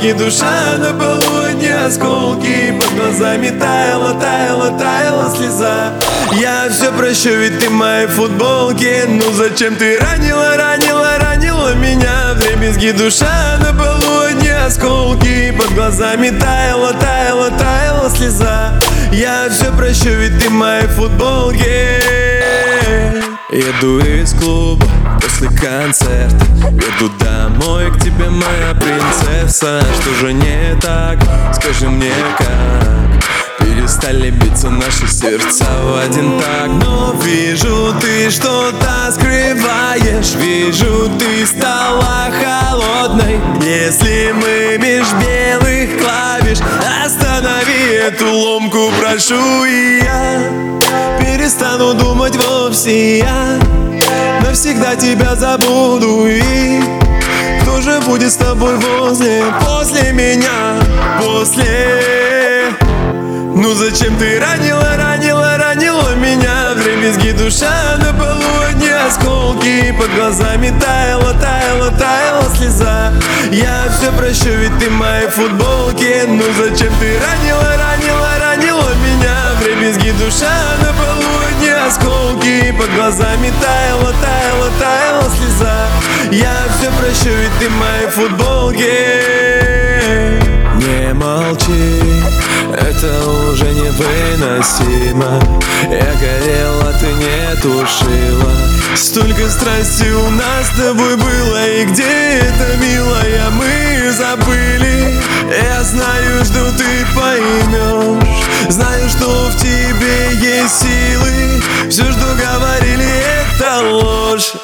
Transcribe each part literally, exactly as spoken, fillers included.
Вдребезги душа на полу, одни осколки. Под глазами таяла, таяла, таяла слеза. Я все прощу, ведь ты в моей футболке. Ну зачем ты ранила, ранила, ранила меня? Вдребезги душа на полу, одни осколки. Под глазами таяла, таяла, таяла слеза. Я все прощу, ведь ты в моей футболке. Еду из клуба после концерта, еду домой к тебе, моя принцесса. Что же не так? Скажи мне как. Перестали биться наши сердца в один так. Но вижу, ты что-то скрываешь. Вижу, ты стала холодной. Если мы меж белых клавиш, останови эту ломку, прошу. И я перестану думать вовсе, я навсегда тебя забуду. И кто же будет с тобой возле, после меня, после? Ну зачем ты ранила, ранила, ранила меня? Вдребезги душа на полу, одни осколки. Под глазами таяла, таяла, таяла слеза. Я все прощу, ведь ты в моей футболке. Ну зачем ты ранила, ранила, ранила меня? Вдребезги душа на полу, одни осколки. Под глазами таяла, таяла, таяла слеза. Я все прощу, ведь ты в моей футболке. Не молчи, это уже невыносимо. Я горела, ты не тушила. Столько страсти у нас с тобой было. И где это, милая, мы забыли. Я знаю, что ты поймешь. Знаю, что в тебе есть силы. Все, что говорили, это ложь.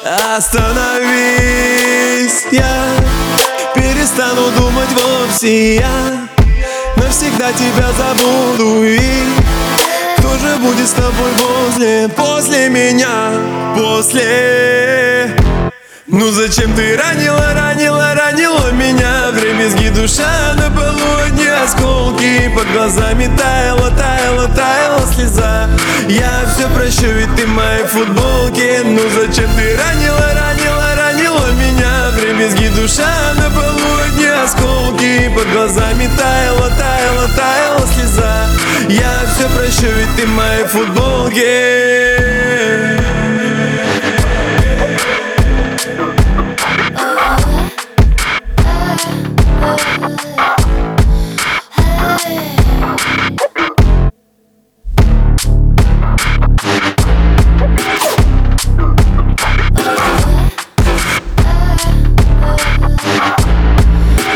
Остановись, я перестану думать вовсе, я навсегда тебя забуду. И кто же будет с тобой возле, после меня, после? Ну зачем ты ранила, ранила, ранила меня? Вдребезги душа на полу, одни осколки. Под глазами таяла, таяла, таяла слеза. Я все прощу, ведь ты в моей футболке. Ну зачем ты ранила, ранила, ранила меня? Вдребезги душа на полу, одни осколки. Под глазами таяла, таяла, таяла слеза. Я все прощу, ведь ты в моей футболке.